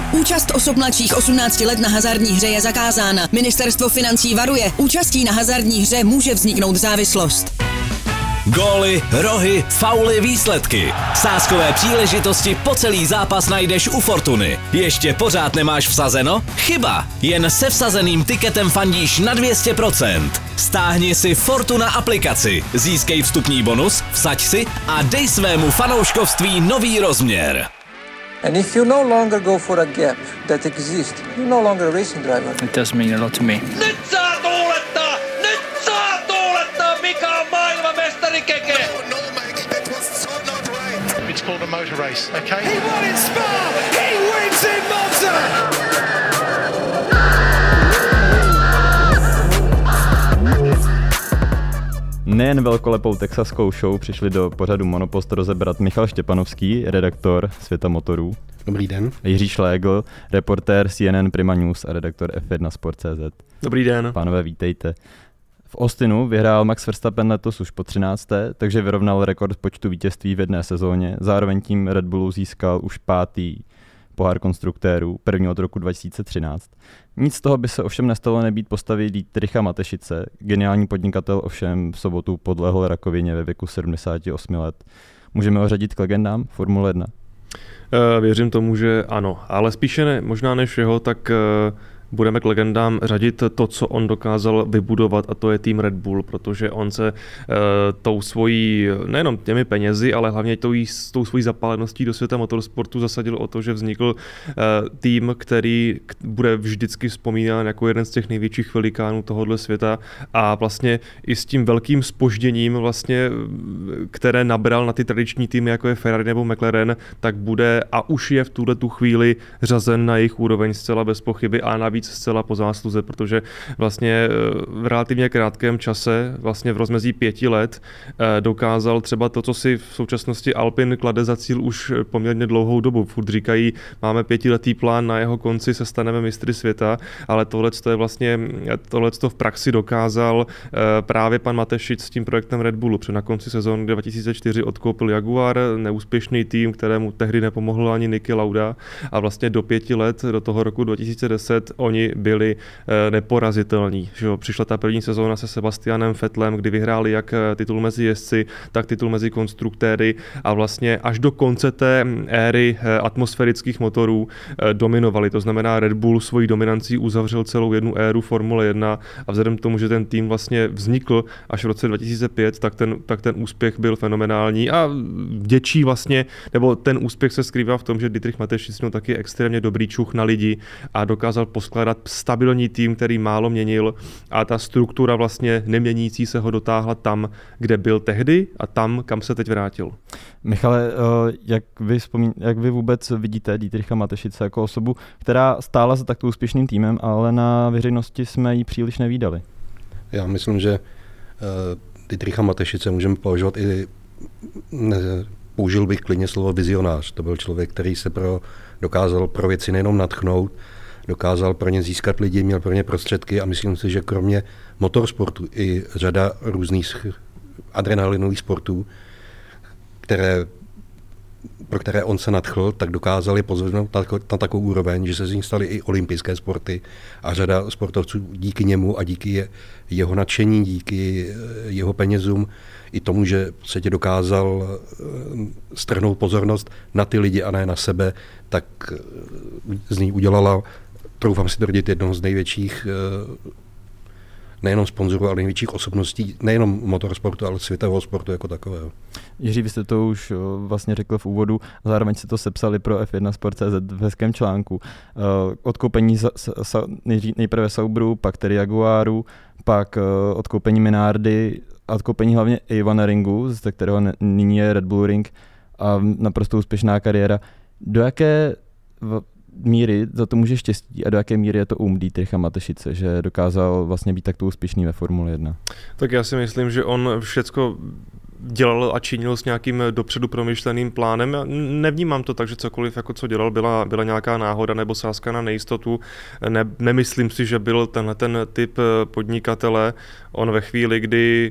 Účast osob mladších 18 let na hazardní hře je zakázána. Ministerstvo financí varuje, účastí na hazardní hře může vzniknout závislost. Góly, rohy, fauly, výsledky. Sázkové příležitosti po celý zápas najdeš u Fortuny. Ještě pořád nemáš vsazeno? Chyba! Jen se vsazeným tiketem fandíš na 200%. Stáhni si Fortuna aplikaci, získej vstupní bonus, vsaď si a dej svému fanouškovství nový rozměr. And if you no longer go for a gap that exists, you're no longer a racing driver. It does mean a lot to me. Nyt saa tuulettaa! Nyt saa tuulettaa! Mikä on maailmanmestari Keke? No, mate, it was so not right. It's called a motor race, okay? He won in Spa! He wins in Monza! Nejen velkolepou texaskou show přišli do pořadu Monopost rozebrat Michal Štěpanovský, redaktor Světa motorů. Dobrý den. Jiří Šlégl, reportér CNN Prima News a redaktor F1 Sport.cz. Dobrý den. Pánové, vítejte. V Austinu vyhrál Max Verstappen letos už po 13., takže vyrovnal rekord počtu vítězství v jedné sezóně. Zároveň tím Red Bullu získal už 5. pohár konstruktérů, první od roku 2013. Nic z toho by se ovšem nestalo nebýt postavy Dietricha Matešice. Geniální podnikatel ovšem v sobotu podlehl rakovině ve věku 78 let. Můžeme ho řadit k legendám Formule 1? Věřím tomu, že ano, ale spíše ne, možná než jeho, tak budeme k legendám řadit to, co on dokázal vybudovat, a to je tým Red Bull, protože on se tou svojí, nejenom těmi penězi, ale hlavně tou svojí zapáleností do světa motorsportu zasadil o to, že vznikl tým, který bude vždycky vzpomínán jako jeden z těch největších velikánů tohohle světa, a vlastně i s tím velkým zpožděním, vlastně, které nabral na ty tradiční týmy, jako je Ferrari nebo McLaren, tak bude a už je v tu chvíli řazen na jejich úroveň zcela bez pochyby a navíc zcela po zásluze, protože vlastně v relativně krátkém čase, vlastně v rozmezí 5 let, dokázal třeba to, co si v současnosti Alpine klade za cíl už poměrně dlouhou dobu. Furt říkají, máme 5letý plán, na jeho konci se staneme mistry světa, ale tohleto je vlastně, tohleto v praxi dokázal právě pan Matešic s tím projektem Red Bullu, protože na konci sezóny 2004 odkoupil Jaguar, neúspěšný tým, kterému tehdy nepomohl ani Niki Lauda, a vlastně do 5 let, do toho roku 2010, oni byli neporazitelní. Že jo? Přišla ta první sezóna se Sebastianem Vettelem, kdy vyhráli jak titul mezi jezdci, tak titul mezi konstruktéry, a vlastně až do konce té éry atmosférických motorů dominovali. To znamená, Red Bull svojí dominancí uzavřel celou jednu éru Formule 1, a vzhledem k tomu, že ten tým vlastně vznikl až v roce 2005, tak ten úspěch byl fenomenální a vděčí vlastně, nebo ten úspěch se skrývá v tom, že Dietrich Matešic měl taky extrémně dobrý čuch na lidi a dokázal poskládat stabilní tým, který málo měnil, a ta struktura vlastně neměnící se ho dotáhla tam, kde byl tehdy, a tam, kam se teď vrátil. Michale, jak vy vůbec vidíte Dietricha Matešice jako osobu, která stála za takto úspěšným týmem, ale na veřejnosti jsme ji příliš nevídali? Já myslím, že Dietricha Matešice můžeme považovat použil bych klidně slovo vizionář. To byl člověk, který se dokázal pro věci nejenom nadchnout, dokázal pro ně získat lidi, měl pro ně prostředky, a myslím si, že kromě motorsportu i řada různých adrenalinových sportů, pro které on se nadchl, tak dokázal je pozvednout na takovou úroveň, že se z nich staly i olympijské sporty, a řada sportovců díky němu a díky jeho nadšení, díky jeho penězům i tomu, že se tě dokázal strhnout pozornost na ty lidi a ne na sebe, tak z ní udělala, troufám si tvrdit, jednoho z největších nejenom sponzorů, ale největších osobností, nejenom motorsportu, ale světového sportu jako takového. Jiří, vy jste to už vlastně řekl v úvodu, zároveň jste to sepsali pro F1 Sport.cz v hezkém článku. Odkoupení nejprve Sauberu, pak tedy Jaguaru, pak odkoupení Minardi a odkoupení hlavně Ivana Ringu, ze kterého nyní je Red Bull Ring, a naprosto úspěšná kariéra. Do jaké míry za to může štěstí a do jaké míry je to Dietricha Matešice, že dokázal vlastně být takto úspěšný ve Formule 1? Tak já si myslím, že on všecko dělal a činil s nějakým dopředu promyšleným plánem. Já nevnímám to tak, že cokoliv, jako co dělal, byla nějaká náhoda nebo sázka na nejistotu. Nemyslím si, že byl tenhle ten typ podnikatele. On ve chvíli, kdy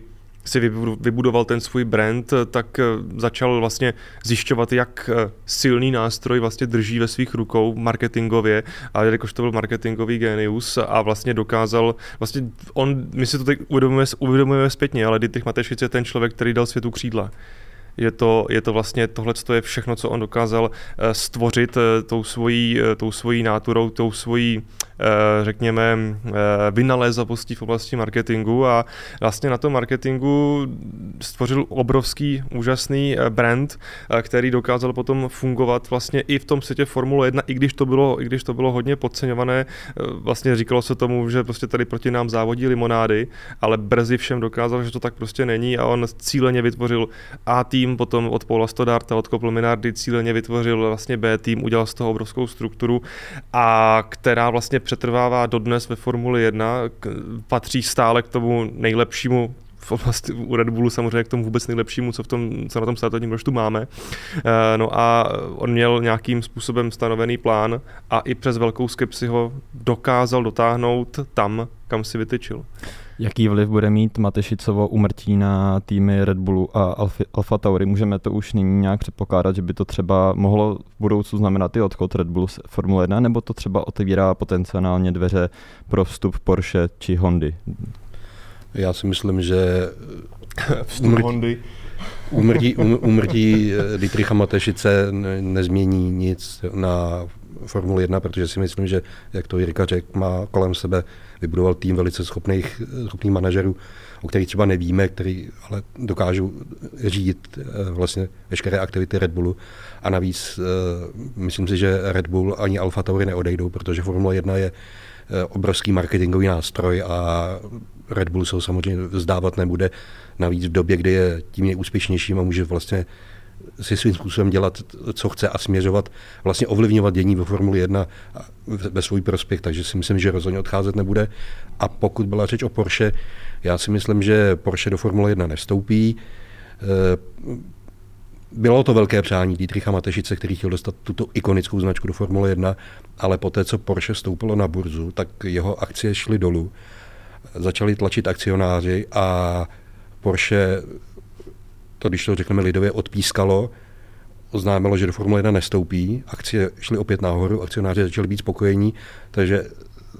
si vybudoval ten svůj brand, tak začal vlastně zjišťovat, jak silný nástroj vlastně drží ve svých rukou marketingově, a jakož to byl marketingový genius a vlastně dokázal, vlastně my si to teď uvědomujeme zpětně, ale Dietrich Mateschitz je ten člověk, který dal světu křídla. Je to vlastně, tohleto je všechno, co on dokázal stvořit tou svojí náturou, tou svojí, řekněme, vynalézavostí v oblasti marketingu, a vlastně na tom marketingu stvořil obrovský, úžasný brand, který dokázal potom fungovat vlastně i v tom světě Formule 1, i když to bylo hodně podceňované. Vlastně říkalo se tomu, že prostě tady proti nám závodí limonády, ale brzy všem dokázal, že to tak prostě není, a on cíleně vytvořil A tým, potom od Paula Stoddarta, od Copel Minardi cíleně vytvořil vlastně B tým, udělal z toho obrovskou strukturu, a která vlastně přetrvává dodnes ve Formuli 1, patří stále k tomu nejlepšímu v oblasti u Red Bullu, samozřejmě k tomu vůbec nejlepšímu, co na tom startovním roštu máme. No a on měl nějakým způsobem stanovený plán a i přes velkou skepsi ho dokázal dotáhnout tam, kam si vytyčil. Jaký vliv bude mít Mateschitzovo úmrtí na týmy Red Bullu a Alfa Tauri? Můžeme to už nyní nějak předpokládat, že by to třeba mohlo v budoucnu znamenat i odchod Red Bullu z Formule 1, nebo to třeba otevírá potenciálně dveře pro vstup Porsche či Hondy? Já si myslím, že úmrtí Dietricha Mateschitze nezmění nic na Formule 1, protože si myslím, že, jak to Jirka řekl, má kolem sebe vybudoval tým velice schopných manažerů, o kterých třeba nevíme, který ale dokážou řídit vlastně veškeré aktivity Red Bullu. A navíc myslím si, že Red Bull ani Alfa Tauri neodejdou, protože Formule 1 je obrovský marketingový nástroj a Red Bull se ho samozřejmě vzdávat nebude. Navíc v době, kdy je tím nejúspěšnějším a může vlastně si svým způsobem dělat, co chce, a směřovat, vlastně ovlivňovat dění ve Formuli 1 ve svůj prospěch, takže si myslím, že rozhodně odcházet nebude. A pokud byla řeč o Porsche, já si myslím, že Porsche do Formule 1 nevstoupí. Bylo to velké přání Dietricha Mateschitze, který chtěl dostat tuto ikonickou značku do Formule 1, ale poté, co Porsche vstoupilo na burzu, tak jeho akcie šly dolů. Začali tlačit akcionáři a Porsche, to když to řekneme lidově, odpískalo, oznámilo, že do Formule 1 nestoupí, akcie šly opět nahoru, akcionáři začali být spokojení, takže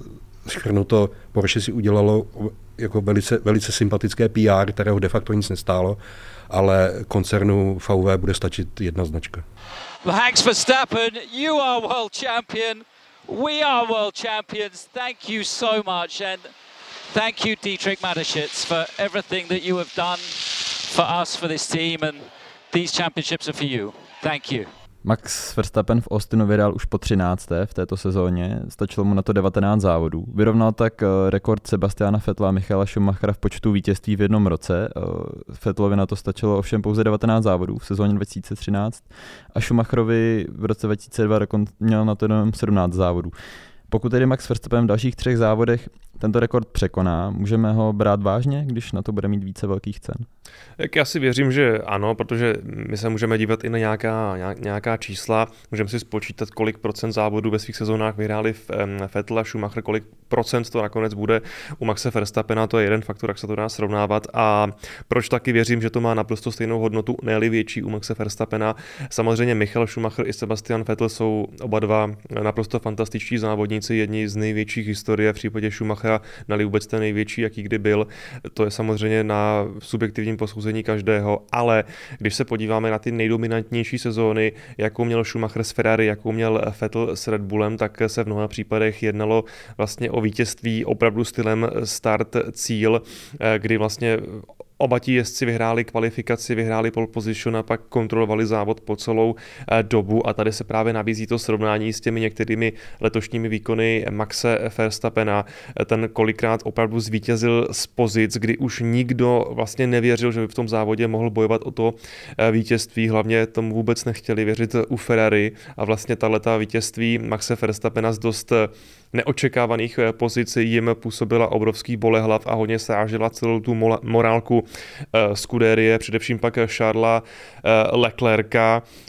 shrnuto, Porsche si udělalo jako velice sympatické PR, kterého de facto nic nestálo, ale koncernu VW bude stačit jedna značka. Max Verstappen, you are world champion. We are world champions. Thank you so much, and thank you, Dietrich Mateschitz, for everything that you have done for us, for this team, and these championships are for you. Thank you. Max Verstappen v Austinu vydal už po 13. v této sezóně, stačilo mu na to 19 závodů. Vyrovnal tak rekord Sebastiana Vettela a Michaela Schumachera v počtu vítězství v jednom roce. Vettelovi na to stačilo ovšem pouze 19 závodů v sezóně 2013 a Schumacherovi v roce 2002 měl na to jenom 17 závodů. Pokud tedy Max Verstappen v dalších 3 závodech tento rekord překoná, můžeme ho brát vážně, když na to bude mít více velkých cen? Tak já si věřím, že ano, protože my se můžeme dívat i na nějaká čísla, můžeme si spočítat, kolik procent závodů ve svých sezónách vyhráli Vettel a Schumacher, kolik procent to nakonec bude u Maxe Verstappena, to je jeden faktor, jak se to dá srovnávat, a proč taky věřím, že to má naprosto stejnou hodnotu, ne-li větší u Maxe Verstappena. Samozřejmě Michael Schumacher i Sebastian Vettel jsou oba dva naprosto fantastičtí závodníci, jedni z největších historie, v případě Schumachera ne-li vůbec ten největší, jaký kdy byl. To je samozřejmě na subjektivním posouzení každého, ale když se podíváme na ty nejdominantnější sezóny, jakou měl Schumacher s Ferrari, jakou měl Vettel s Red Bullem, tak se v mnoha případech jednalo vlastně o vítězství opravdu stylem start-cíl, kdy vlastně oba ti jezdci vyhráli kvalifikaci, vyhráli pole position a pak kontrolovali závod po celou dobu, a tady se právě nabízí to srovnání s těmi některými letošními výkony Maxe Verstappena. Ten kolikrát opravdu zvítězil z pozic, kdy už nikdo vlastně nevěřil, že by v tom závodě mohl bojovat o to vítězství, hlavně tomu vůbec nechtěli věřit u Ferrari, a vlastně tato vítězství Maxe Verstappena z dost neočekávaných pozic jim působila obrovský bolehlav a hodně srážela celou tu morálku Scuderie, především pak Charlesa Leclerca.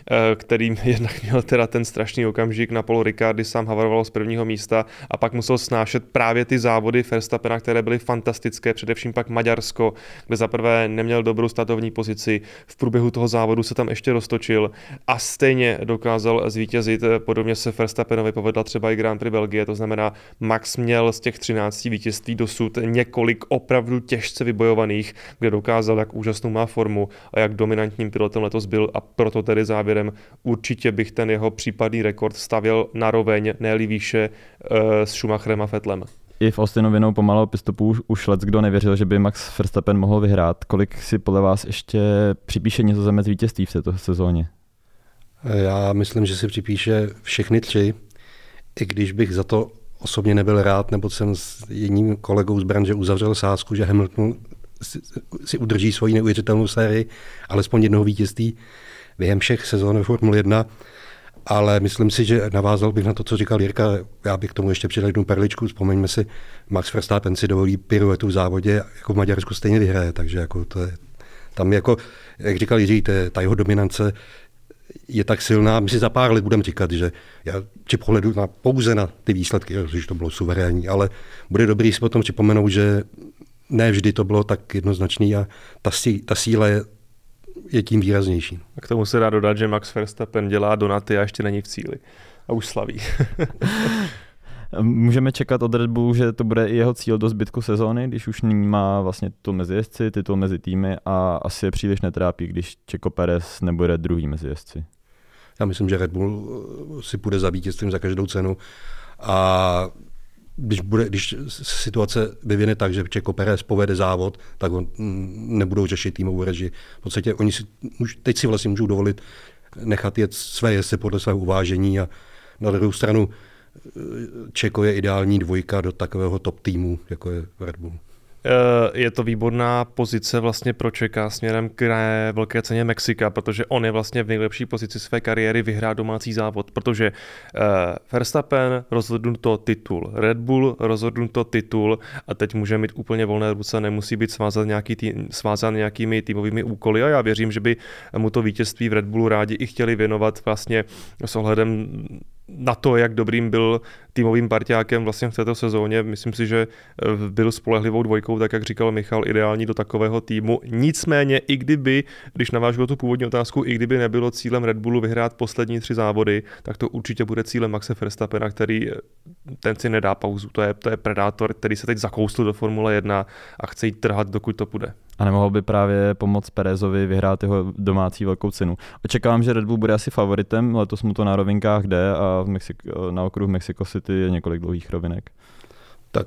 kterým jednak měl teda ten strašný okamžik na Paul Ricard, kdy sám havaroval z prvního místa a pak musel snášet právě ty závody Verstappena, které byly fantastické, především pak Maďarsko, kde zaprvé neměl dobrou startovní pozici, v průběhu toho závodu se tam ještě roztočil a stejně dokázal zvítězit. Podobně se Verstappenovi povedla třeba i Grand Prix Belgie, to znamená Max měl z těch 13 vítězství dosud několik opravdu těžce vybojovaných, kde dokázal, jak úžasnou má formu a jak dominantním pilotem letos byl, a proto tedy závěrem určitě bych ten jeho případný rekord stavěl naroveň, ne-li výše s Schumacherem a Vettelem. I v Austinu vinou pomalého pitstopu už leckdo nevěřil, že by Max Verstappen mohl vyhrát. Kolik si podle vás ještě připíše Nizozemec vítězství v této sezóně? Já myslím, že si připíše všechny 3, i když bych za to osobně nebyl rád, nebo jsem s jedním kolegou z branže uzavřel sázku, že Hamilton si udrží svoji neuvěřitelnou sérii, alespoň jednoho vítězství během všech sezón Formule 1, ale myslím si, že navázal bych na to, co říkal Jirka, já bych tomu ještě přidal jednu perličku, vzpomeňme si, Max Verstappen si dovolí piruetu v závodě, jako v Maďarsku stejně vyhraje, takže jako to je, tam jako, jak říkal Jiří, ta jeho dominance je tak silná, my si za pár let budeme říkat, že já při pohledu pouze na ty výsledky, že to bylo suverénní, ale bude dobrý si potom připomenout, že ne vždy to bylo tak jednoznačný a ta síla je tím výraznější. A k tomu se dá dodat, že Max Verstappen dělá donaty a ještě není v cíli. A už slaví. Můžeme čekat od Red Bullu, že to bude i jeho cíl do zbytku sezóny, když už nyní má vlastně titul mezi jezdci, titul mezi týmy a asi je příliš netrápí, když Checo Perez nebude druhý mezi jezdci. Já myslím, že Red Bull si půjde za vítězstvím za každou cenu a když situace vyvine tak, že Checo Perez povede závod, tak on nebudou řešit týmovou režii. V podstatě oni teď si vlastně můžou dovolit nechat jet své jezdce podle svého uvážení a na druhou stranu Checo je ideální dvojka do takového top týmu, jako je Red Bull. Je to výborná pozice vlastně pro Čeka směrem k velké ceně Mexika, protože on je vlastně v nejlepší pozici své kariéry vyhrát domácí závod, protože Verstappen rozhodnuto titul, Red Bull rozhodnuto titul a teď může mít úplně volné ruce, nemusí být svázán nějakými týmovými úkoly a já věřím, že by mu to vítězství v Red Bullu rádi i chtěli věnovat vlastně s ohledem na to, jak dobrým byl týmovým parťákem vlastně v této sezóně. Myslím si, že byl spolehlivou dvojkou, tak jak říkal Michal, ideální do takového týmu. Nicméně, když navážu tu původní otázku, i kdyby nebylo cílem Red Bullu vyhrát poslední 3 závody, tak to určitě bude cílem Maxe Verstappena, který ten si nedá pauzu. To je predátor, který se teď zakousl do Formule 1 a chce jít trhat, dokud to půjde. A nemohl by právě pomoct Perezovi vyhrát jeho domácí velkou cenu. Očekávám, že Red Bull bude asi favoritem, letos mu to na rovinkách jde a na okruhu Mexico City je několik dlouhých rovinek. Tak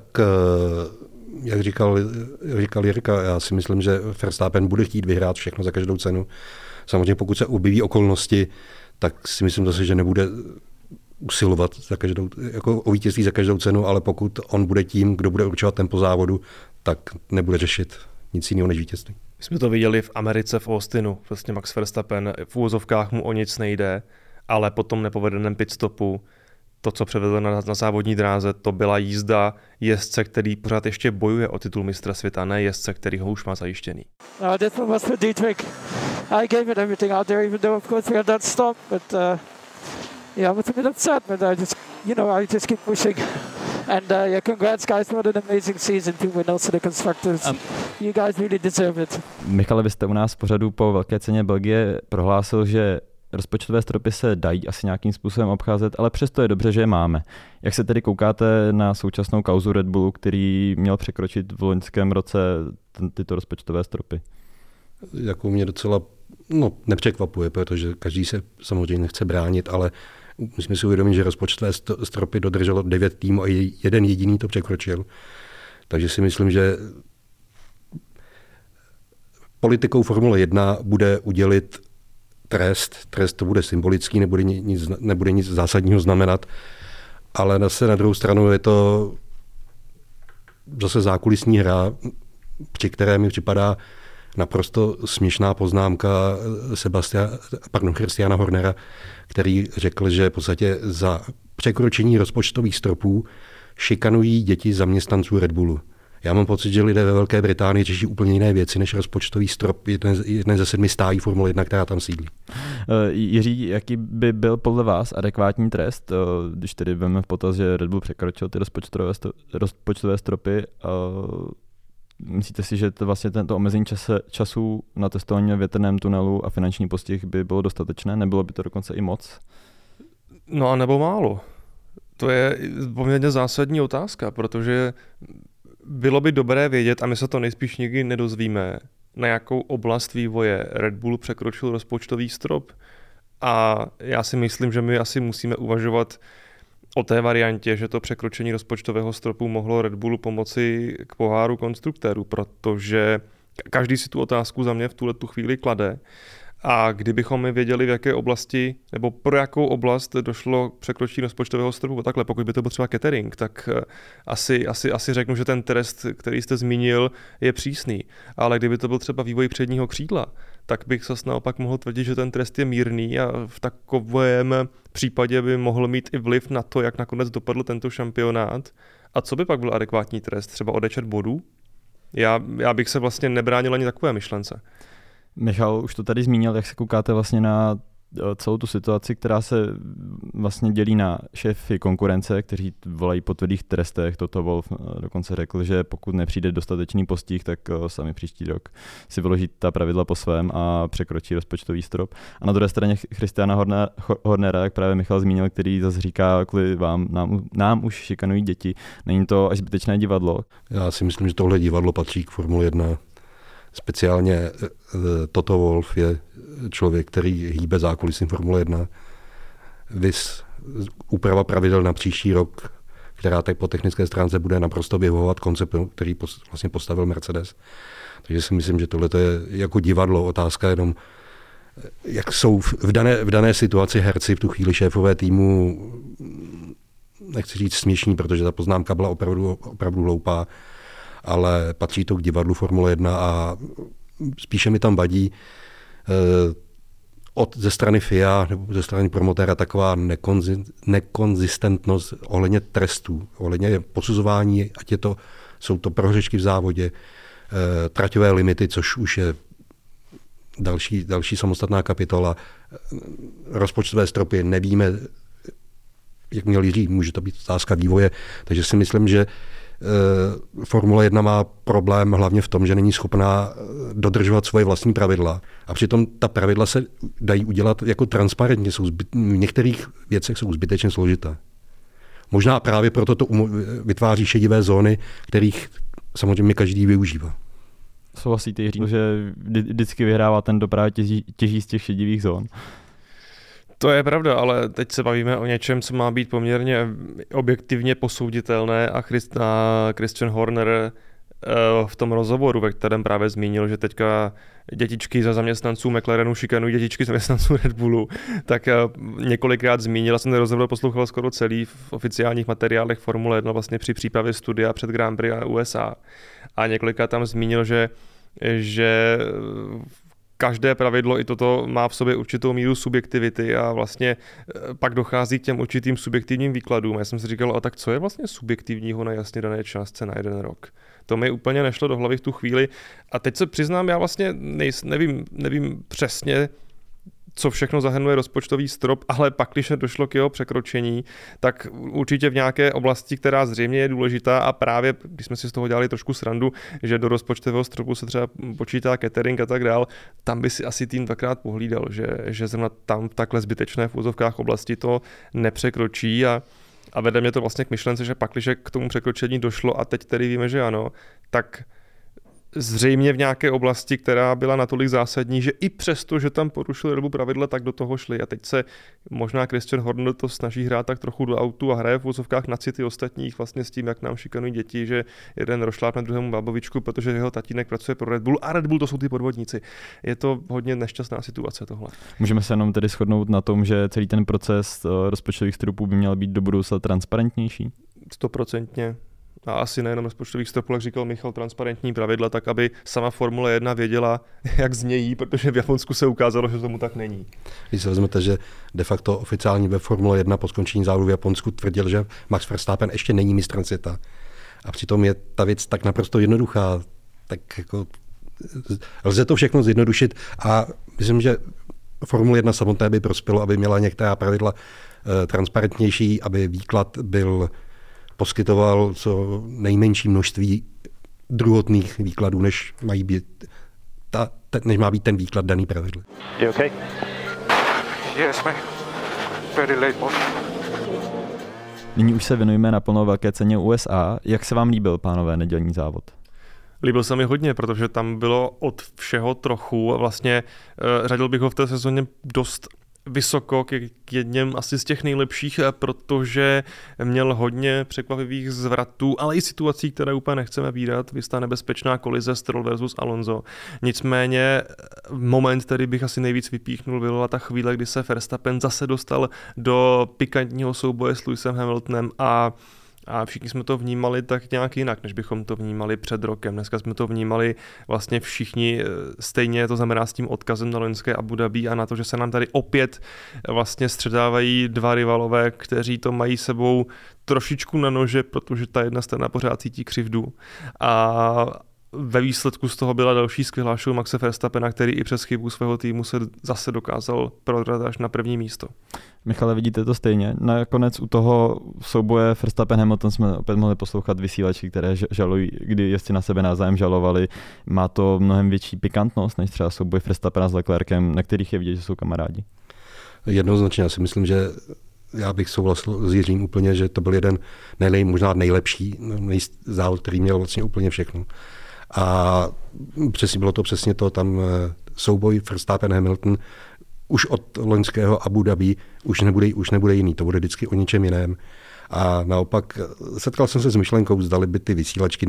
jak říkal Jirka, já si myslím, že Verstappen bude chtít vyhrát všechno za každou cenu. Samozřejmě pokud se objeví okolnosti, tak si myslím zase, že nebude usilovat o vítězství za každou cenu, ale pokud on bude tím, kdo bude určovat tempo závodu, tak nebude řešit nic jiného než vítězství. My jsme to viděli v Americe, v Austinu. Vlastně Max Verstappen v úvozovkách mu o nic nejde, ale po tom nepovedeném pitstopu to, co převedl na závodní dráze, to byla jízda jezdce, který pořád ještě bojuje o titul mistra světa, ne jezdce, který ho už má zajištěný. This one was for Dietrich. I gave it everything out there, even though of course we had that stop, but I was a bit upset, but I just keep pushing. And congrats guys, what an amazing season to win also the constructors. You guys really deserve it. Michale, vy jste u nás v pořadu po velké ceně Belgie prohlásil, že rozpočtové stropy se dají asi nějakým způsobem obcházet, ale přesto je dobře, že je máme. Jak se tedy koukáte na současnou kauzu Red Bullu, který měl překročit v loňském roce tyto rozpočtové stropy? Jako mě docela nepřekvapuje, protože každý se samozřejmě nechce bránit, ale musíme si uvědomit, že rozpočtové stropy dodrželo 9 týmů a jeden jediný to překročil. Takže si myslím, že politikou Formule 1 bude udělit trest. Trest to bude symbolický, nebude nic zásadního znamenat, ale zase na druhou stranu je to zase zákulisní hra, při které mi připadá naprosto směšná poznámka Christiana Hornera, který řekl, že v podstatě za překročení rozpočtových stropů šikanují děti zaměstnanců Red Bullu. Já mám pocit, že lidé ve Velké Británii řeší úplně jiné věci než rozpočtový strop jedné ze 7 stájí Formule 1, která tam sídlí. Jiří, jaký by byl podle vás adekvátní trest, když tedy vezmeme v potaz, že Red Bull překročil ty rozpočtové stropy? Myslíte si, že vlastně tento omezení času na testování ve větrném tunelu a finanční postih by bylo dostatečné? Nebylo by to dokonce i moc? No a nebo málo. To je poměrně zásadní otázka, protože bylo by dobré vědět, a my se to nejspíš nikdy nedozvíme, na jakou oblast vývoje Red Bull překročil rozpočtový strop. A já si myslím, že my asi musíme uvažovat o té variantě, že to překročení rozpočtového stropu mohlo Red Bullu pomoci k poháru konstruktérů, protože každý si tu otázku za mě v tu chvíli klade. A kdybychom my věděli, v jaké oblasti, nebo pro jakou oblast došlo k překročení rozpočtového stropu, takhle, pokud by to byl třeba catering, tak asi řeknu, že ten trest, který jste zmínil, je přísný. Ale kdyby to byl třeba vývoj předního křídla, tak bych se naopak mohl tvrdit, že ten trest je mírný a v takovém případě by mohl mít i vliv na to, jak nakonec dopadl tento šampionát. A co by pak byl adekvátní trest? Třeba odečet bodů? Já bych se vlastně nebránil ani takové myšlence. Michal už to tady zmínil, jak se koukáte vlastně na celou tu situaci, která se vlastně dělí na šéfy konkurence, kteří volají po tvrdých trestech. Toto Wolff dokonce řekl, že pokud nepřijde dostatečný postih, tak sami příští rok si vyloží ta pravidla po svém a překročí rozpočtový strop. A na druhé straně Christiana Hornera, jak právě Michal zmínil, který zase říká, kvůli nám už šikanují děti. Není to až zbytečné divadlo? Já si myslím, že tohle divadlo patří k Formule 1. Speciálně Toto Wolff je člověk, který hýbe zákulisím Formule 1. Vys úprava pravidel na příští rok, která tak po technické stránce bude naprosto vyhovovat konceptu, který vlastně postavil Mercedes. Takže si myslím, že tohle je jako divadlo. Otázka jenom, jak jsou v dané situaci herci v tu chvíli šéfové týmu, nechci říct směšní, protože ta poznámka byla opravdu hloupá, ale patří to k divadlu Formule 1 a spíše mi tam vadí ze strany FIA nebo ze strany promotéra taková nekonzistentnost ohledně trestů, ohledně posuzování, ať jsou to prohřešky v závodě, traťové limity, což už je další samostatná kapitola, rozpočtové stropy, nevíme, jak měl Jiří, může to být otázka vývoje, takže si myslím, že Formule 1 má problém hlavně v tom, že není schopná dodržovat svoje vlastní pravidla. A přitom ta pravidla se dají udělat jako transparentně. V některých věcech jsou zbytečně složité. Možná právě proto to vytváří šedivé zóny, kterých samozřejmě každý využívá. Souhlasíte, Jiří, že vždycky vyhrává ten, kdo právě těží z těch šedivých zón? To je pravda, ale teď se bavíme o něčem, co má být poměrně objektivně posouditelné a Christian Horner v tom rozhovoru, ve kterém právě zmínil, že teďka dětičky za zaměstnanců McLarenu šikanují dětičky zaměstnanců Red Bullu, tak několikrát zmínil, já jsem ten rozhovor poslouchal skoro celý v oficiálních materiálech Formule 1 vlastně při přípravě studia před Grand Prix a USA. A několikrát tam zmínil, že každé pravidlo i toto má v sobě určitou míru subjektivity a vlastně pak dochází k těm určitým subjektivním výkladům. Já jsem si říkal, a tak co je vlastně subjektivního na jasně dané částce na jeden rok? To mi úplně nešlo do hlavy v tu chvíli. A teď se přiznám, já vlastně nevím přesně, co všechno zahrnuje rozpočtový strop, ale pak, když došlo k jeho překročení, tak určitě v nějaké oblasti, která zřejmě je důležitá a právě, když jsme si z toho dělali trošku srandu, že do rozpočtového stropu se třeba počítá catering a tak dál, tam by si asi tým dvakrát pohlídal, že zrovna tam v takhle zbytečné v úzovkách oblasti to nepřekročí a vede mě to vlastně k myšlence, že pak, když k tomu překročení došlo a teď tedy víme, že ano, tak zřejmě v nějaké oblasti, která byla natolik zásadní, že i přesto, že tam porušili dobu pravidla, tak do toho šli. A teď se možná Christian Horner to snaží hrát tak trochu do autu a hraje v úzovkách na city ostatních vlastně s tím, jak nám šikanují děti, že jeden rošlápne druhému babovičku, protože jeho tatínek pracuje pro Red Bull a Red Bull to jsou ty podvodníci. Je to hodně nešťastná situace tohle. Můžeme se jenom tedy shodnout na tom, že celý ten proces rozpočtových stropů by měl být do budoucna transparentnější? 100%. A asi nejenom rozpočtových stropů, jak říkal Michal, transparentní pravidla, tak aby sama Formule 1 věděla, jak znějí, protože v Japonsku se ukázalo, že tomu tak není. Když se vezmete, že de facto oficiální ve Formule 1 po skončení závodu v Japonsku tvrdil, že Max Verstappen ještě není mistrem světa. A přitom je ta věc tak naprosto jednoduchá, tak jako lze to všechno zjednodušit a myslím, že Formule 1 samotné by prospělo, aby měla některá pravidla transparentnější, aby výklad poskytoval co nejmenší množství druhotných výkladů, než má být ten výklad daný pravidl. You okay? Yes, man. Very late, boss. Nyní už se věnujeme naplno velké ceně USA. Jak se vám líbil, pánové, nedělní závod? Líbil se mi hodně, protože tam bylo od všeho trochu a vlastně řadil bych ho v té sezóně dost vysoko k jedním asi z těch nejlepších, protože měl hodně překvapivých zvratů, ale i situací, které úplně nechceme vídat. Vystá nebezpečná kolize Stroll versus Alonso. Nicméně moment, který bych asi nejvíc vypíchnul, byla ta chvíle, kdy se Verstappen zase dostal do pikantního souboje s Lewisem Hamiltonem a všichni jsme to vnímali tak nějak jinak, než bychom to vnímali před rokem. Dneska jsme to vnímali vlastně všichni stejně, to znamená s tím odkazem na loňské Abu Dhabi a na to, že se nám tady opět vlastně středávají dva rivalové, kteří to mají sebou trošičku na nože, protože ta jedna strana pořád cítí křivdu. A ve výsledku z toho byla další skvělá show Maxe Verstappena, který i přes chybu svého týmu se zase dokázal prodrat až na první místo. Michale, vidíte to stejně? Nakonec u toho souboje Verstappen-Hamilton jsme opět mohli poslouchat vysílači, které žalují, kdy jezdci na sebe navzájem žalovali. Má to mnohem větší pikantnost, než třeba souboj Verstappena s Leclerkem, na kterých je vidět, že jsou kamarádi. Jednoznačně, já si myslím, že já bych souhlasil s Jiřím úplně, že to byl jeden možná nejlepší závod, který měl vlastně úplně všechno. A bylo to přesně to, tam souboj Verstappen-Hamilton už od loňského Abu Dhabi už nebude jiný, to bude vždycky o něčem jiném. A naopak setkal jsem se s myšlenkou, zdali by ty vysílačky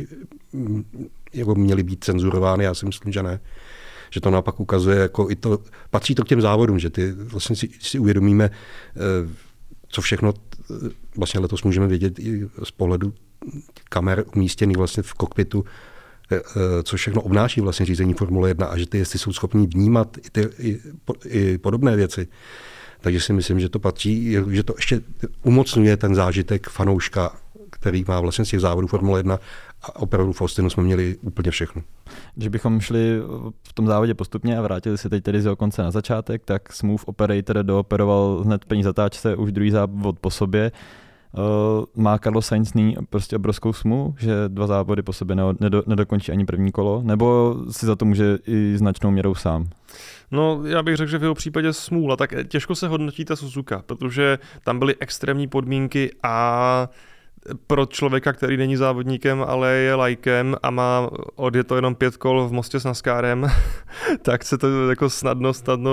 měly být cenzurovány, já si myslím, že ne. Že to naopak ukazuje, jako i to, patří to k těm závodům, že ty vlastně si uvědomíme, co všechno vlastně letos můžeme vědět i z pohledu kamer umístěných vlastně v kokpitu, co všechno obnáší vlastně řízení Formule 1 a že ty jezdci jsou schopní vnímat i podobné věci. Takže si myslím, že to patří, že to ještě umocňuje ten zážitek fanouška, který má vlastně z těch závodů Formule 1 a opravdu v Austinu jsme měli úplně všechno. Když bychom šli v tom závodě postupně a vrátili se teď tedy z jeho konce na začátek, tak Smooth Operator dooperoval hned první zatáčce už druhý závod po sobě. Má Carlos Sainz prostě obrovskou smůlu, že dva závody po sobě nedokončí ani první kolo, nebo si za to může i značnou měrou sám? No, já bych řekl, že v jeho případě smůla, tak těžko se hodnotí ta Suzuka, protože tam byly extrémní podmínky a pro člověka, který není závodníkem, ale je lajkem a má odjeto jenom 5 kol v Mostě s NASCARem, tak se to jako snadno,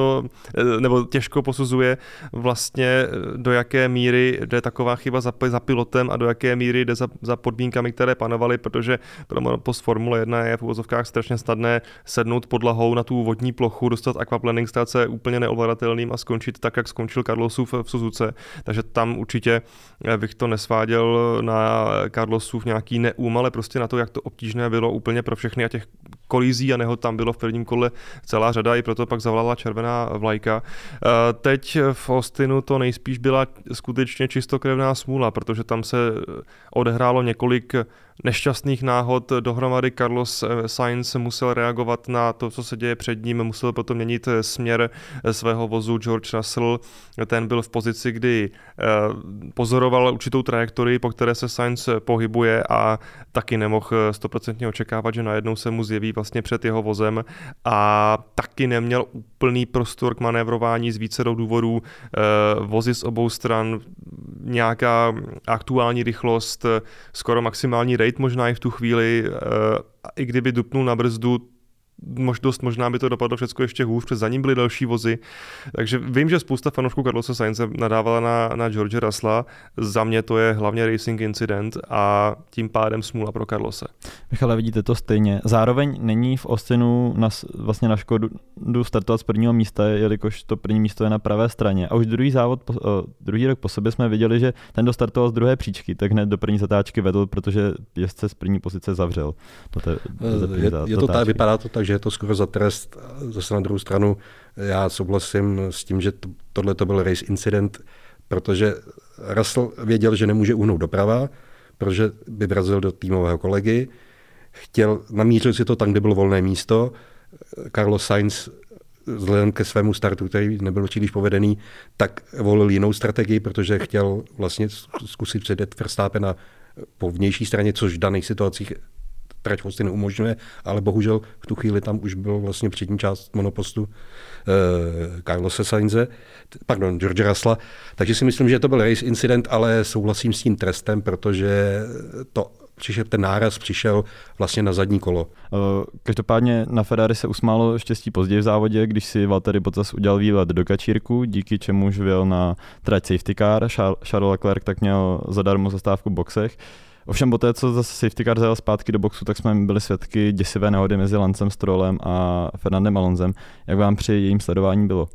nebo těžko posuzuje vlastně, do jaké míry jde taková chyba za pilotem a do jaké míry jde za podmínkami, které panovaly, protože pro monopost Formule 1 je v uvozovkách strašně snadné sednout podlahou na tu vodní plochu, dostat aquaplaning, stát se úplně neovladatelným a skončit tak, jak skončil Carlosův v Suzuce. Takže tam určitě bych to nesváděl na Carlosův nějaký neúm, ale prostě na to, jak to obtížné bylo úplně pro všechny a těch kolizí a nehod tam bylo v prvním kole celá řada, i proto pak zavolala červená vlajka. Teď v Austinu to nejspíš byla skutečně čistokrevná smůla, protože tam se odehrálo několik nešťastných náhod dohromady. Carlos Sainz musel reagovat na to, co se děje před ním, musel potom měnit směr svého vozu. George Russell, ten byl v pozici, kdy pozoroval určitou trajektorii, po které se Sainz pohybuje a taky nemohl 100% očekávat, že najednou se mu zjeví vlastně před jeho vozem a taky neměl úplný prostor k manévrování z vícero důvodů. Vozy z obou stran, nějaká aktuální rychlost, skoro maximální rate možná i v tu chvíli, i kdyby dupnul na brzdu, dost možná by to dopadlo všechno ještě hůř, protože za ním byly další vozy. Takže vím, že spousta fanoušků Carlose Sainze nadávala na George Russella. Za mě to je hlavně racing incident a tím pádem smůla pro Carlose. Michale, vidíte to stejně. Zároveň není v Austinu vlastně na Škodu startovat z prvního místa, jelikož to první místo je na pravé straně. A už druhý rok po sobě jsme viděli, že ten dostartoval z druhé příčky, tak hned do první zatáčky vedl, protože jezdce z první pozice zavřel. Je to tak, vypadá to tak, že je to skoro za trest. Zase na druhou stranu já souhlasím s tím, že tohle to byl race incident, protože Russell věděl, že nemůže uhnout doprava, protože by vrazil do týmového kolegy. Namířil si to tam, kde bylo volné místo. Carlos Sainz vzhledem ke svému startu, který nebyl příliš povedený, tak volil jinou strategii, protože chtěl vlastně zkusit předjet Verstappena po vnější straně, což v daných situacích trať hosty neumožňuje, ale bohužel v tu chvíli tam už byl vlastně přední část monopostu Carlose Sainze, George Russella. Takže si myslím, že to byl race incident, ale souhlasím s tím trestem, protože ten náraz přišel vlastně na zadní kolo. Každopádně na Ferrari se usmálo štěstí později v závodě, když si Valtteri Bottas udělal výlet do kačírku, díky čemuž vyjel na trať safety car. Charles Leclerc tak měl zadarmo zastávku v boxech. Ovšem poté, co zase safety car zajel zpátky do boxu, tak jsme byli svědky děsivé nehody mezi Lancem Strollem a Fernandem Alonsem. Jak vám při jejím sledování bylo?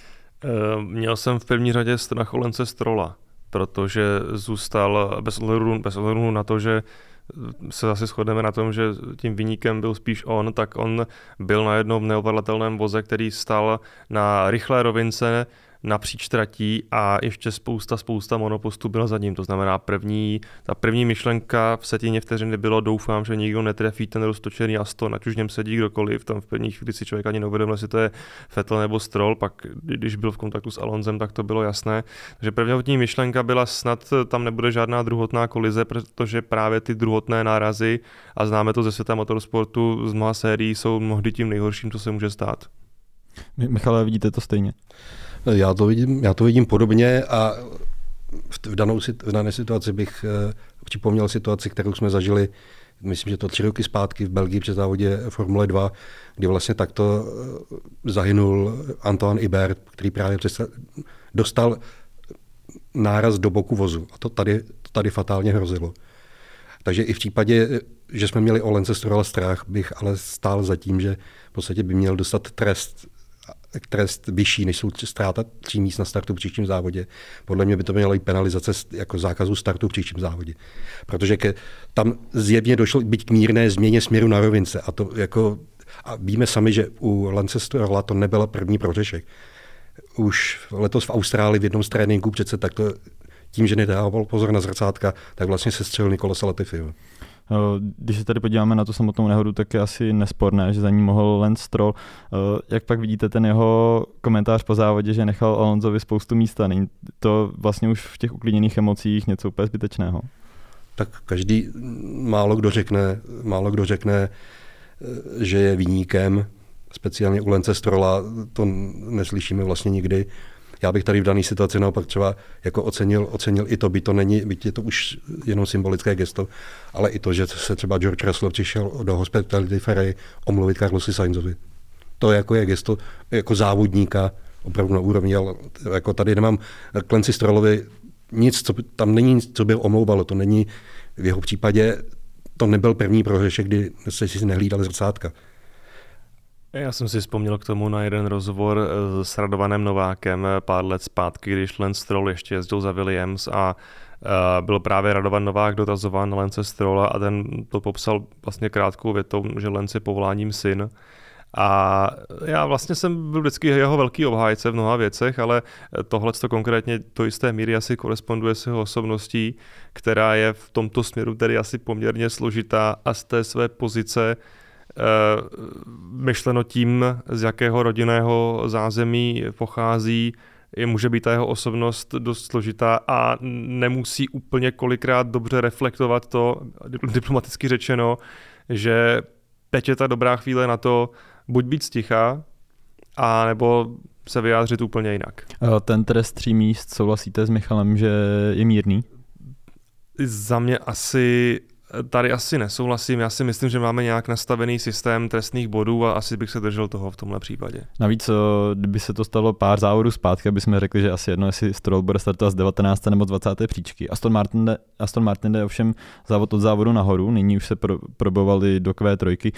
Měl jsem v první řadě strach o Lance Strolla, protože zůstal bez ohledu na to, že se zase shodneme na tom, že tím viníkem byl spíš on, tak on byl na jednom neovladatelném voze, který stál na rychlé rovince napříč tratí a ještě spousta monopostů byla za ním. To znamená, ta první myšlenka v setině vteřiny bylo, doufám, že nikdo netrefí ten roztočený Aston, ať už v něm sedí kdokoliv, tam v první chvíli si člověk ani neuvědomil, jestli to je Vettel nebo Stroll, pak když byl v kontaktu s Alonsem, tak to bylo jasné. Takže první myšlenka byla snad tam nebude žádná druhotná kolize, protože právě ty druhotné nárazy, a známe to ze světa motorsportu, z mnoha sérií jsou mnohdy tím nejhorším, co se může stát. Michale, vidíte to stejně? Já to vidím podobně a v dané situaci bych připomněl situaci, kterou jsme zažili, myslím, že to 3 roky zpátky v Belgii při závodě Formule 2, kdy vlastně takto zahynul Antoine Hubert, který právě dostal náraz do boku vozu. A to tady fatálně hrozilo. Takže i v případě, že jsme měli o Lance Strolla strach, bych ale stál za tím, že v podstatě by měl dostat trest vyšší, než jsou ztráta 3 míst na startu v příštím závodě. Podle mě by to měla i penalizace jako zákazu startu v příštím závodě. Protože tam zjevně došlo byť k mírné změně směru na rovince. A víme sami, že u Lance Strolla to nebyla první prohřešek. Už letos v Austrálii v jednom z tréninku přece takto tím, že nedával pozor na zrcátka, tak vlastně se střelil Nicolas Latifi. Když se tady podíváme na tu samotnou nehodu, tak je asi nesporné, že za ní mohl Lance Stroll. Jak pak vidíte ten jeho komentář po závodě, že nechal Alonsovi spoustu místa? Není to vlastně už v těch uklidněných emocích něco úplně zbytečného? Tak málo kdo řekne, že je viníkem, speciálně u Lance Strolla, to neslyšíme vlastně nikdy. Já bych tady v dané situaci naopak třeba jako ocenil i to, byť je to už jenom symbolické gesto, ale i to, že se třeba George Russell přišel do Hospitality Ferrari omluvit Carlosi Sainzovi. To je gesto jako závodníka opravdu na úrovni, ale jako tady nemám k Lanci Strollovi nic, tam není nic, co by omlouvalo. To není, v jeho případě to nebyl první prohřešek, kdy se si nehlídal zrcátka. Já jsem si vzpomněl k tomu na jeden rozhovor s Radovanem Novákem pár let zpátky, když Lance Stroll ještě jezdil za Williams a byl právě Radovan Novák dotazován na Lance Strolla a ten to popsal vlastně krátkou větou, že Lance je povoláním syn. A já vlastně jsem byl vždycky jeho velký obhájce v mnoha věcech, ale tohle konkrétně do jisté míry asi koresponduje s jeho osobností, která je v tomto směru tedy asi poměrně složitá a z té své pozice myšleno tím, z jakého rodinného zázemí pochází, může být ta jeho osobnost dost složitá a nemusí úplně kolikrát dobře reflektovat to, diplomaticky řečeno, že teď je ta dobrá chvíle na to buď být sticha, a nebo se vyjádřit úplně jinak. Ten trest 3 míst, souhlasíte s Michalem, že je mírný? Za mě tady asi nesouhlasím. Já si myslím, že máme nějak nastavený systém trestných bodů a asi bych se držel toho v tomhle případě. Navíc, kdyby se to stalo pár závodů zpátky, aby jsme řekli, že asi jedno, jestli Stroll bude startovat z 19. nebo 20. příčky. Aston Martin jde ovšem závod od závodu nahoru, nyní už se probovali do Q3.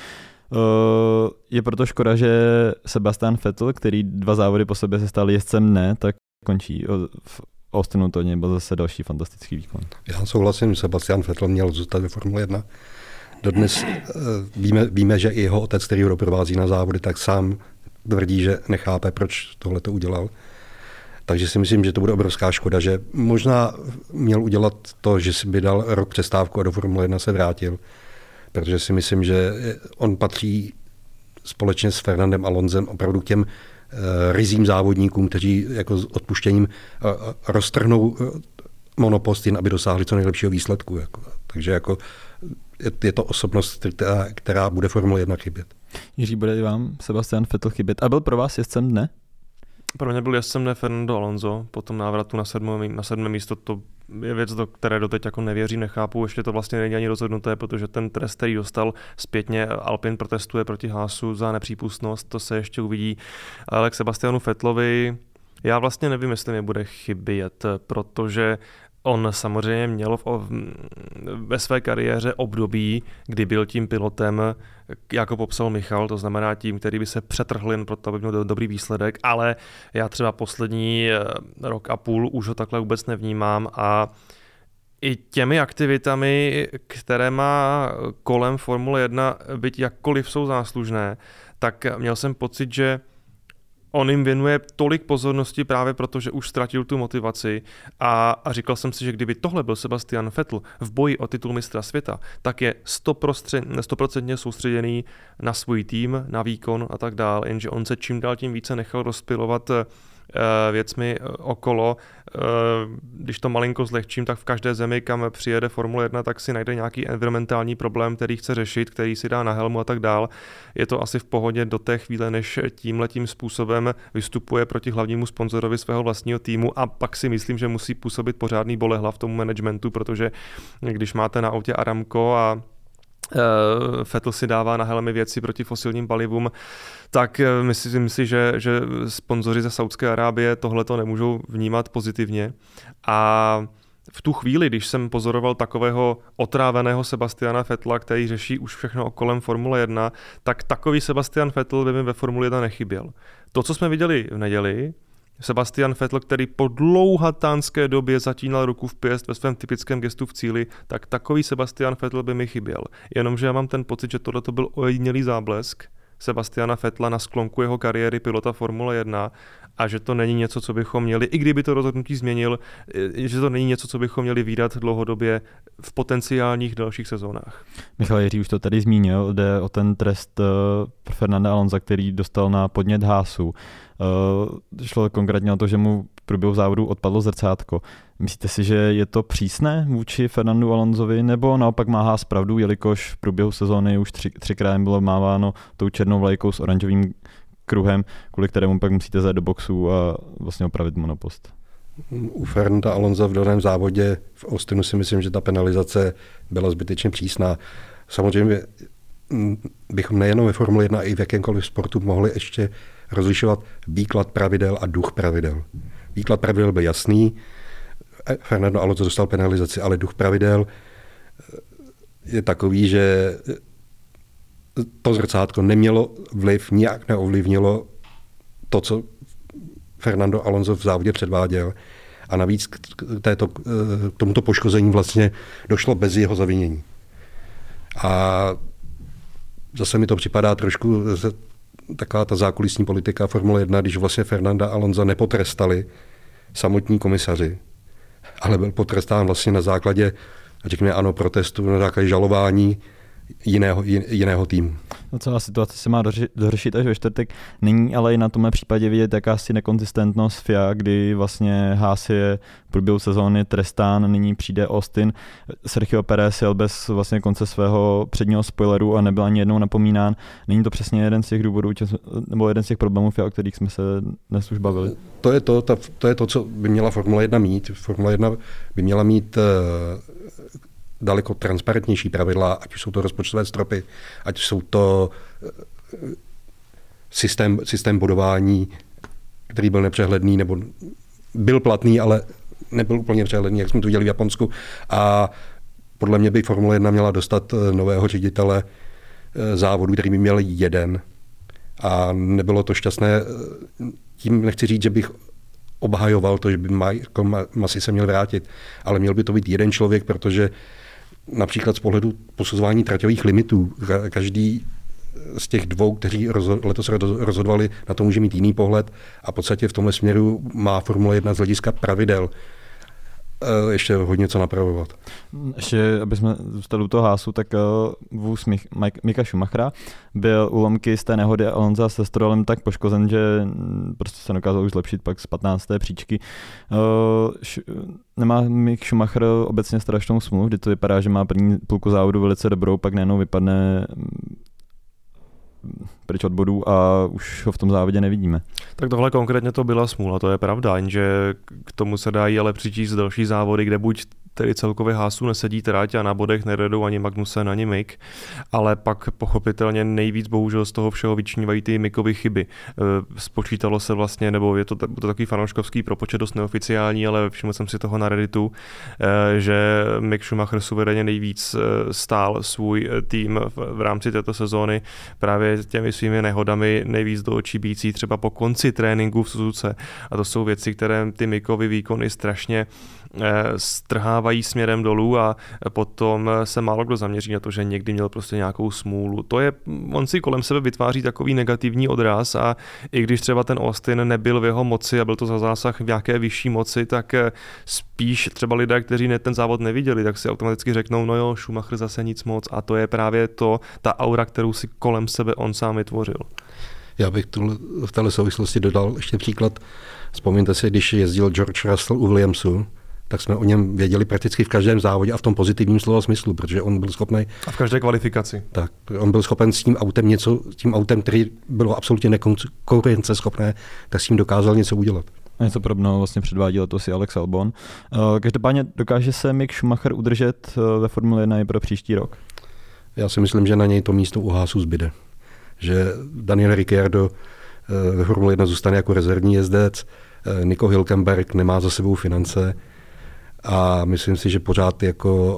Je proto škoda, že Sebastian Vettel, který 2 závody po sobě se stal jezdcem dne, tak končí. V Austinu to byl zase další fantastický výkon. Já souhlasím, Sebastian Vettel měl zůstat ve Formule 1. Dodnes víme, že i jeho otec, který ho doprovází na závody, tak sám tvrdí, že nechápe, proč tohle to udělal. Takže si myslím, že to bude obrovská škoda, že možná měl udělat to, že si by dal rok přestávku a do Formule 1 se vrátil. Protože si myslím, že on patří společně s Fernandem Alonsem opravdu k těm ryzím závodníkům, kteří jako s odpuštěním roztrhnou monopost jen, aby dosáhli co nejlepšího výsledku. Jako. Takže jako je to osobnost, která bude Formule 1 chybět. Jiří, bude vám Sebastian Vettel chybět? A byl pro vás jezdcem dne? Pro mě byl jezdcem dne Fernando Alonso, po tom návratu na sedmé místo. To je věc, do které doteď jako nevěřím, nechápu, ještě to vlastně není ani rozhodnuté, protože ten trest, který dostal zpětně, Alpine protestuje proti Haasu za nepřípustnost, to se ještě uvidí. Ale k Sebastianu Vettelovi, já vlastně nevím, jestli mi bude chybět, protože on samozřejmě měl ve své kariéře období, kdy byl tím pilotem, jako popsal Michal, to znamená tím, který by se přetrhl jen proto, aby měl dobrý výsledek, ale já třeba poslední rok a půl už ho takhle vůbec nevnímám a i těmi aktivitami, které má kolem Formule 1, byť jakkoliv jsou záslužné, tak měl jsem pocit, že on jim věnuje tolik pozornosti právě proto, že už ztratil tu motivaci a říkal jsem si, že kdyby tohle byl Sebastian Vettel v boji o titul mistra světa, tak je 100% soustředěný na svůj tým, na výkon a tak dále, jenže on se čím dál tím více nechal rozpilovat věcmi okolo. Když to malinko zlehčím, tak v každé zemi, kam přijede Formule 1, tak si najde nějaký environmentální problém, který chce řešit, který si dá na helmu a tak dál. Je to asi v pohodě do té chvíle, než tímhletím způsobem vystupuje proti hlavnímu sponzorovi svého vlastního týmu a pak si myslím, že musí působit pořádný bolehlav tomu managementu, protože když máte na autě Aramco a Vettel si dává na helmy věci proti fosilním palivům, tak myslím si, že sponzoři ze Saúdské Arábie tohleto nemůžou vnímat pozitivně. A v tu chvíli, když jsem pozoroval takového otráveného Sebastiana Vettela, který řeší už všechno okolem Formule 1, tak takový Sebastian Vettel by mi ve Formule 1 nechyběl. To, co jsme viděli v neděli, Sebastian Vettel, který po dlouhatánské době zatínal ruku v pěst ve svém typickém gestu v cíli, tak takový Sebastian Vettel by mi chyběl. Jenomže já mám ten pocit, že tohle byl ojedinělý záblesk Sebastiana Vettela na sklonku jeho kariéry pilota Formule 1 a že to není něco, co bychom měli, i kdyby to rozhodnutí změnil, že to není něco, co bychom měli vídat dlouhodobě v potenciálních dalších sezónách. Michal Jiří už to tady zmínil, jde o ten trest Fernanda Alonsa, který dostal na podnět Haasu. Šlo konkrétně o to, že mu v průběhu závodu odpadlo zrcátko. Myslíte si, že je to přísné vůči Fernandu Alonsovi, nebo naopak má Haas pravdu, jelikož v průběhu sezóny už třikrát bylo máváno tou černou vlajkou s oranžovým kruhem, kvůli kterému pak musíte zajít do boxu a vlastně opravit monopost? U Fernanda Alonsa v daném závodě v Austinu si myslím, že ta penalizace byla zbytečně přísná. Samozřejmě bychom nejenom ve Formule 1 i v jakémkoliv sportu mohli ještě rozlišovat výklad pravidel a duch pravidel. Výklad pravidel byl jasný, Fernando Alonso dostal penalizaci, ale duch pravidel je takový, že to zrcátko nemělo vliv, nijak neovlivnilo to, co Fernando Alonso v závodě předváděl. A navíc k tomuto poškození vlastně došlo bez jeho zavinění. A zase mi to připadá trošku taková ta zákulisní politika Formule 1, když vlastně Fernanda Alonsa nepotrestali samotní komisaři, ale byl potrestán vlastně na základě, řekněme ano, protestu, na základě žalování jiného týmu. No, celá situace se má dořešit až ve čtvrtek. Není ale i na tomhle případě vidět jakási nekonzistentnost FIA, kdy vlastně Haas je v průběhu sezóny trestán, nyní přijde Austin. Sergio Pérez jel bez vlastně konce svého předního spoileru a nebyl ani jednou napomínán. Není to přesně jeden z těch důvodů, nebo jeden z těch problémů FIA, o kterých jsme se dnes už bavili? To je to, co by měla Formule 1 mít. Formule 1 by měla mít daleko transparentnější pravidla, ať jsou to rozpočtové stropy, ať jsou to systém bodování, který byl nepřehledný, nebo byl platný, ale nebyl úplně přehledný, jak jsme to viděli v Japonsku. A podle mě by Formule 1 měla dostat nového ředitele závodu, který by měl jeden. A nebylo to šťastné. Tím nechci říct, že bych obhajoval to, že by Masi se měl vrátit, ale měl by to být jeden člověk, protože například z pohledu posuzování traťových limitů, každý z těch dvou, kteří letos rozhodovali, na to může mít jiný pohled a v podstatě v tomhle směru má Formule 1 z hlediska pravidel ještě hodně co napravovat. Ještě, aby jsme zůstali u toho Haasu, tak vůz Mika Schumachera byl u lomky z té nehody Alonsa se Strollem tak poškozen, že prostě se dokázal už zlepšit pak z 15. příčky. Nemá Mick Schumacher obecně strašnou smůlu, kdy to vypadá, že má první půlku závodu velice dobrou, pak najednou vypadne pryč od bodů a už ho v tom závodě nevidíme. Tak tohle konkrétně to byla smůla, to je pravda, jenže k tomu se dají ale přičíst další závody, kde buď tedy celkově Haasu nesedí trať a na bodech neredou ani Magnussen, ani Mick, ale pak pochopitelně nejvíc bohužel z toho všeho vyčnívají ty Mickovy chyby. Spočítalo se vlastně, nebo je to takový fanouškovský propočet dost neoficiální, ale všiml jsem si toho na Redditu, že Mick Schumacher suverénně nejvíc stál svůj tým v rámci této sezóny právě těmi svými nehodami nejvíc do očí bící třeba po konci tréninku v Suzuce. A to jsou věci, které ty Mickovy výkony strašně strhávají směrem dolů a potom se málo kdo zaměří na to, že někdy měl prostě nějakou smůlu. On si kolem sebe vytváří takový negativní odraz a i když třeba ten Austin nebyl v jeho moci a byl to za zásah v nějaké vyšší moci, tak spíš třeba lidé, kteří ten závod neviděli, tak si automaticky řeknou, no jo, Schumacher zase nic moc a to je právě ta aura, kterou si kolem sebe on sám vytvořil. Já bych v této souvislosti dodal ještě příklad. Vzpomněte si, když jezdil George Russell u Williamsu, tak jsme o něm věděli prakticky v každém závodě a v tom pozitivním slova smyslu, protože on byl schopný. A v každé kvalifikaci. Tak, on byl schopen s tím autem, který bylo absolutně nekonkurenceschopné, tak s tím dokázal něco udělat. A něco podobného vlastně předvádí letos i Alex Albon. Každopádně dokáže se Mick Schumacher udržet ve Formule 1 i pro příští rok? Já si myslím, že na něj to místo u Haasu zbyde. Že Daniel Ricciardo ve Formule 1 zůstane jako rezervní jezdec, Nico Hülkenberg nemá za sebou finance a myslím si, že pořád jako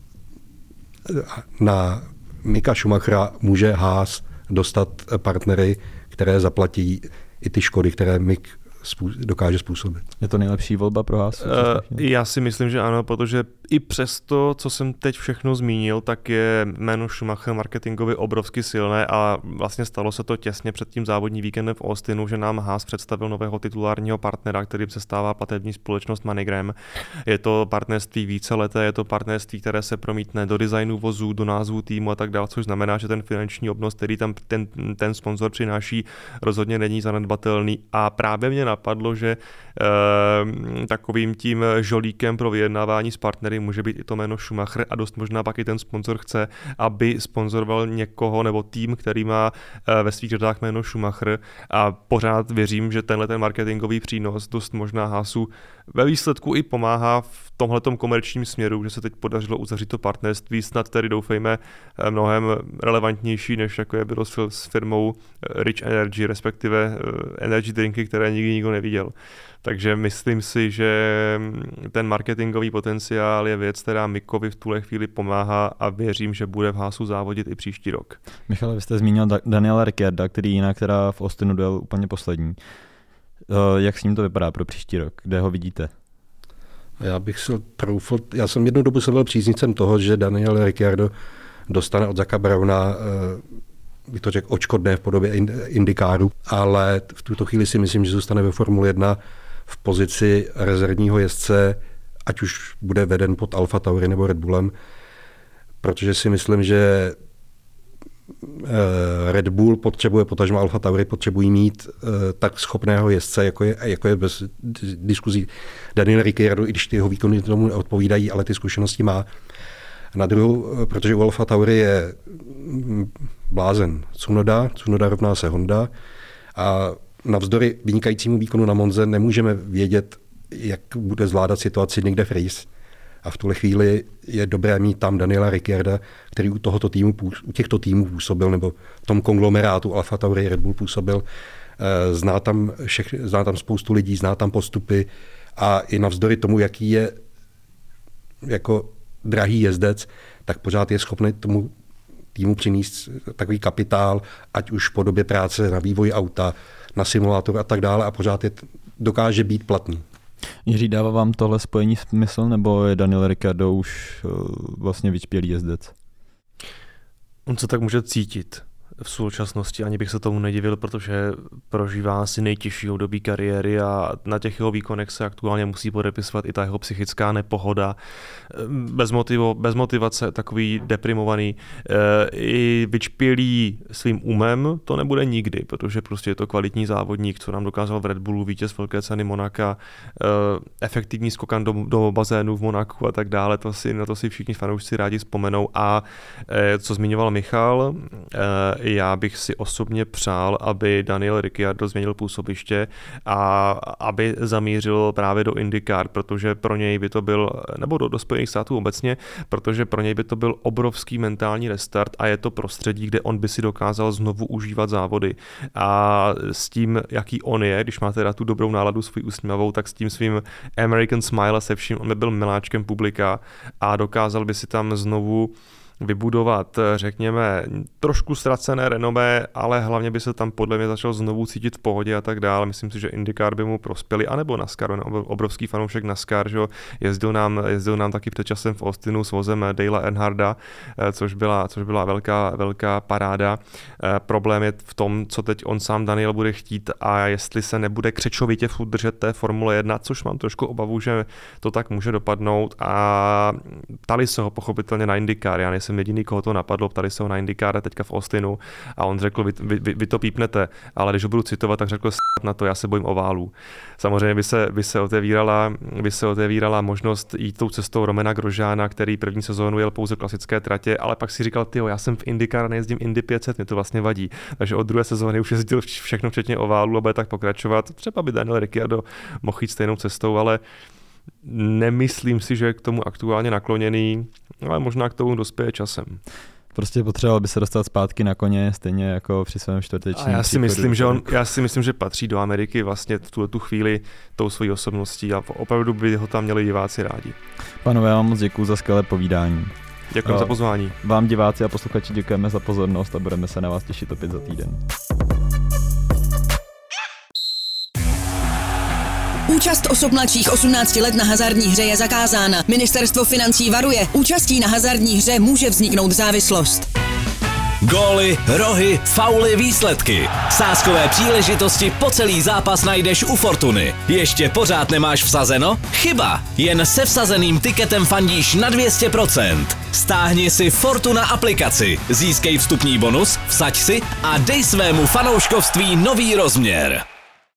na Micka Schumachera může Haas dostat partnery, které zaplatí i ty škody, které Mick dokáže způsobit. Je to nejlepší volba pro Haas? Já si myslím, že ano, protože i přes to, co jsem teď všechno zmínil, tak je jméno Schumacher marketingově obrovsky silné a vlastně stalo se to těsně před tím závodním víkendem v Austinu, že nám Haas představil nového titulárního partnera, kterým se stává platební společnost MoneyGram. Je to partnerství víceleté, je to partnerství, které se promítne do designu vozů, do názvu týmu a tak dále, což znamená, že ten finanční obnos, který tam ten sponzor přináší, rozhodně není zanedbatelný a právě mě napadlo, že takovým tím žolíkem pro vyjednávání s partnery může být i to jméno Schumacher a dost možná pak i ten sponzor chce, aby sponzoroval někoho nebo tým, který má ve svých řadách jméno Schumacher a pořád věřím, že tenhle ten marketingový přínos dost možná Haasu ve výsledku i pomáhá v tomhletom komerčním směru, že se teď podařilo uzavřít to partnerství, snad tedy doufejme mnohem relevantnější, než jako je bylo s firmou Rich Energy, respektive energy drinky, které nikdy nikdo neviděl. Takže myslím si, že ten marketingový potenciál je věc, která Mickovi v tuhle chvíli pomáhá a věřím, že bude v Haasu závodit i příští rok. Michale, vy jste zmínil Daniela Ricciarda, který jinak teda v Austinu dojel úplně poslední. Jak s ním to vypadá pro příští rok? Kde ho vidíte? Já jsem jednu dobu byl příznivcem toho, že Daniel Ricciardo dostane od Zacka Browna bych to řekl, odškodné v podobě indikáru, ale v tuto chvíli si myslím, že zůstane ve Formule 1 v pozici rezervního jezdce, ať už bude veden pod Alfa Tauri nebo Red Bullem, protože si myslím, že Red Bull potřebuje, potažmo Alfa Tauri potřebují mít tak schopného jezdce, jako je bez diskuzí Daniel Ricciardo, i když ty jeho výkony tomu odpovídají, ale ty zkušenosti má. Na druhou, protože u Alfa Tauri je blázen Tsunoda rovná se Honda a navzdory vynikajícímu výkonu na Monze nemůžeme vědět, jak bude zvládat situaci Nick de Vries. A v tuhle chvíli je dobré mít tam Daniela Ricciarda, který u těchto týmů působil, nebo v tom konglomerátu Alfa Tauri Red Bull působil. Zná tam spoustu lidí, zná tam postupy a i navzdory tomu, jaký je jako drahý jezdec, tak pořád je schopný tomu týmu přinést takový kapitál, ať už v podobě práce na vývoji auta, na simulátoru a tak dále a pořád dokáže být platný. Jiří, dává vám tohle spojení smysl, nebo je Daniel Ricciardo už vlastně vyčpělý jezdec? On se tak může cítit. v současnosti ani bych se tomu nedivil, protože prožívá asi nejtěžší období kariéry a na těch jeho výkonech se aktuálně musí podepisovat i ta jeho psychická nepohoda. Bez motivace, takový deprimovaný, i vyčpělý svým umem, to nebude nikdy, protože prostě je to kvalitní závodník, co nám dokázal v Red Bullu, vítěz velké ceny Monaka, efektivní skokan do bazénu v Monaku a tak dále, na to si všichni fanoušci rádi vzpomenou. A co zmiňoval Michal, já bych si osobně přál, aby Daniel Ricciardo změnil působiště a aby zamířil právě do IndyCar, protože pro něj by to byl, nebo do Spojených států obecně, protože pro něj by to byl obrovský mentální restart a je to prostředí, kde on by si dokázal znovu užívat závody. A s tím, jaký on je, když má teda tu dobrou náladu svůj usmívavou, tak s tím svým American smile a se vším, on by byl miláčkem publika a dokázal by si tam znovu vybudovat, řekněme, trošku ztracené renomé, ale hlavně by se tam podle mě začal znovu cítit v pohodě a tak dále. Myslím si, že IndyCar by mu prospěli, anebo NASCAR, obrovský fanoušek NASCAR, že jezdil nám taky před časem v Austinu s vozem Dalea Earnharda, což byla velká paráda. Problém je v tom, co teď on sám Daniel bude chtít a jestli se nebude křečovitě furt držet té Formule 1, což mám trošku obavu, že to tak může dopadnout a ptali se ho pochopitelně na IndyCar, já jsem jediný, koho to napadlo, ptali se ho na IndyCar teďka v Austinu a on řekl, vy to pípnete, ale když ho budu citovat, tak řekl na to, já se bojím oválů. Samozřejmě by se otevírala možnost jít tou cestou Romana Grosjeana, který první sezónu jel pouze klasické tratě, ale pak si říkal, tyjo, já jsem v IndyCar a nejezdím Indy 500, mě to vlastně vadí. Takže od druhé sezóny už jezdil všechno včetně oválů a bude tak pokračovat. Třeba by Daniel Ricciardo mohl jít stejnou cestou, ale nemyslím si, že je k tomu aktuálně nakloněný, ale možná k tomu dospěje časem. Prostě potřeboval by se dostat zpátky na koně, stejně jako při svém čtvrtečním. Já si myslím, že patří do Ameriky vlastně v tu chvíli tou svojí osobností a opravdu by ho tam měli diváci rádi. Pánové, já vám moc děkuju za skvělé povídání. Děkujeme za pozvání. Vám diváci a posluchači děkujeme za pozornost a budeme se na vás těšit opět za týden. Účast osob mladších 18 let na hazardní hře je zakázána. Ministerstvo financí varuje, účastí na hazardní hře může vzniknout závislost. Góly, rohy, fauly, výsledky. Sázkové příležitosti po celý zápas najdeš u Fortuny. Ještě pořád nemáš vsazeno? Chyba! Jen se vsazeným tiketem fandíš na 200%. Stáhni si Fortuna aplikaci, získej vstupní bonus, vsaď si a dej svému fanouškovství nový rozměr.